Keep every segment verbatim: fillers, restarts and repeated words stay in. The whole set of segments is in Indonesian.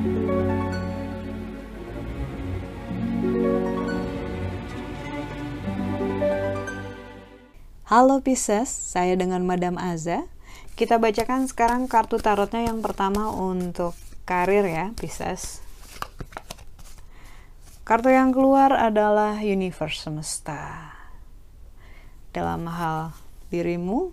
Halo Pisces, saya dengan Madam Aza. Kita bacakan sekarang kartu tarotnya yang pertama untuk karir ya, Pisces. Kartu yang keluar adalah Universe, semesta. Dalam hal dirimu,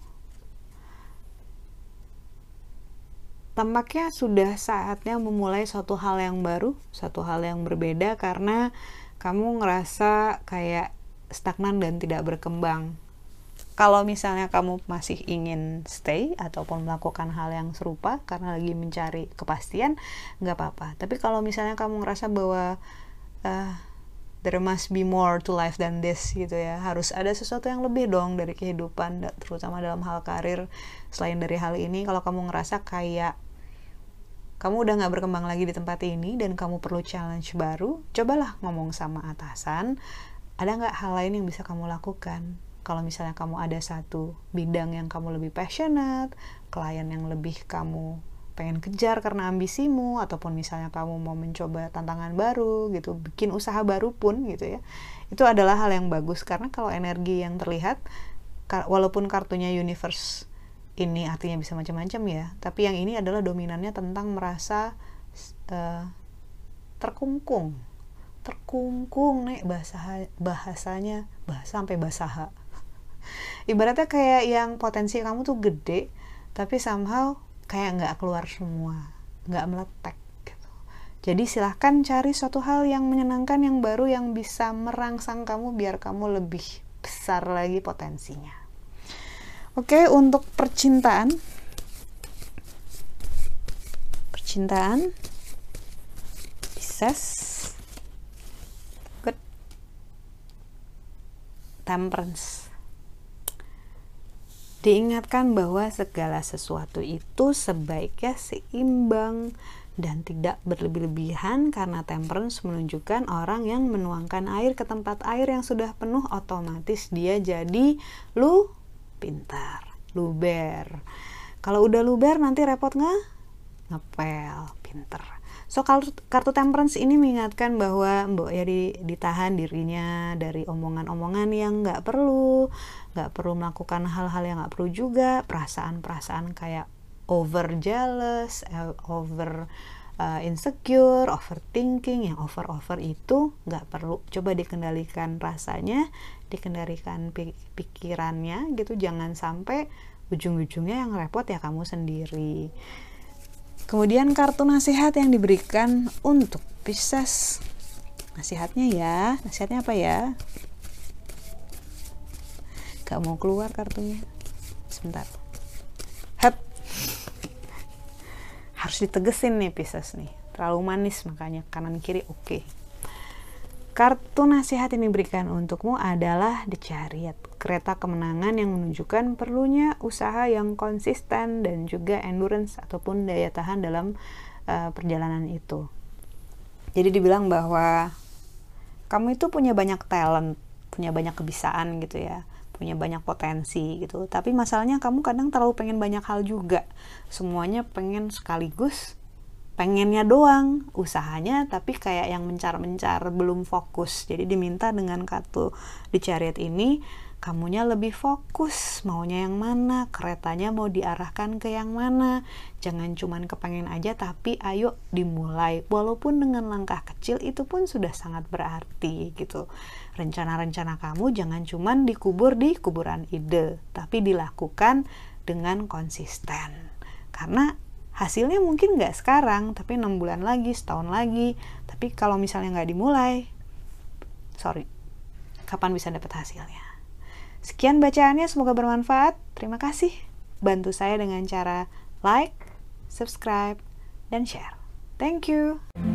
tampaknya sudah saatnya memulai suatu hal yang baru, suatu hal yang berbeda, karena kamu ngerasa kayak stagnan dan tidak berkembang. Kalau misalnya kamu masih ingin stay ataupun melakukan hal yang serupa karena lagi mencari kepastian, nggak apa-apa. Tapi kalau misalnya kamu ngerasa bahwa uh, there must be more to life than this gitu ya, harus ada sesuatu yang lebih dong dari kehidupan, terutama dalam hal karir. Selain dari hal ini, kalau kamu ngerasa kayak kamu udah nggak berkembang lagi di tempat ini dan kamu perlu challenge baru, cobalah ngomong sama atasan, ada nggak hal lain yang bisa kamu lakukan. Kalau misalnya kamu ada satu bidang yang kamu lebih passionate, klien yang lebih kamu pengen kejar karena ambisimu, ataupun misalnya kamu mau mencoba tantangan baru gitu, bikin usaha baru pun gitu ya, itu adalah hal yang bagus. Karena kalau energi yang terlihat, walaupun kartunya Universe ini artinya bisa macam-macam ya, tapi yang ini adalah dominannya tentang merasa uh, terkungkung terkungkung nih bahasa bahasanya bahasa sampai basah. Ibaratnya kayak yang potensi kamu tuh gede, tapi somehow kayak nggak keluar semua, nggak meletek gitu. Jadi silahkan cari suatu hal yang menyenangkan, yang baru, yang bisa merangsang kamu biar kamu lebih besar lagi potensinya. Oke, untuk percintaan, percintaan, Pisces, good, Temperance. Diingatkan bahwa segala sesuatu itu sebaiknya seimbang dan tidak berlebih-lebihan, karena Temperance menunjukkan orang yang menuangkan air ke tempat air yang sudah penuh, otomatis dia jadi lu pintar, luber. Kalau udah luber nanti repot nggak? Ngepel, pinter. So kartu, kartu Temperance ini mengingatkan bahwa mbok ya di, ditahan dirinya dari omongan-omongan yang nggak perlu, nggak perlu melakukan hal-hal yang nggak perlu juga, perasaan-perasaan kayak over jealous, over uh, insecure, overthinking, yang over-over itu nggak perlu. Coba dikendalikan rasanya, dikendalikan pikirannya gitu, jangan sampai ujung-ujungnya yang repot ya kamu sendiri. Kemudian kartu nasihat yang diberikan untuk Pisces. Nasihatnya ya, nasihatnya apa ya? Gak mau keluar kartunya. Sebentar. Hap. Harus ditegesin nih Pisces nih. Terlalu manis makanya kanan kiri oke. Okay. Kartu nasihat yang diberikan untukmu adalah The Chariot, kereta kemenangan yang menunjukkan perlunya usaha yang konsisten dan juga endurance ataupun daya tahan dalam uh, perjalanan itu. Jadi dibilang bahwa kamu itu punya banyak talent, punya banyak kebisaan gitu ya, punya banyak potensi gitu. Tapi masalahnya kamu kadang terlalu pengen banyak hal juga. Semuanya pengen sekaligus. Pengennya doang usahanya, tapi kayak yang mencar-mencar, belum fokus. Jadi diminta dengan kartu di Chariot ini, kamunya lebih fokus, maunya yang mana, keretanya mau diarahkan ke yang mana. Jangan cuman kepengen aja, tapi ayo dimulai. Walaupun dengan langkah kecil itu pun sudah sangat berarti gitu. Rencana-rencana kamu jangan cuman dikubur di kuburan ide, tapi dilakukan dengan konsisten. Karena hasilnya mungkin nggak sekarang, tapi enam bulan lagi, setahun lagi. Tapi kalau misalnya nggak dimulai, sorry, kapan bisa dapat hasilnya? Sekian bacaannya, semoga bermanfaat. Terima kasih. Bantu saya dengan cara like, subscribe, dan share. Thank you.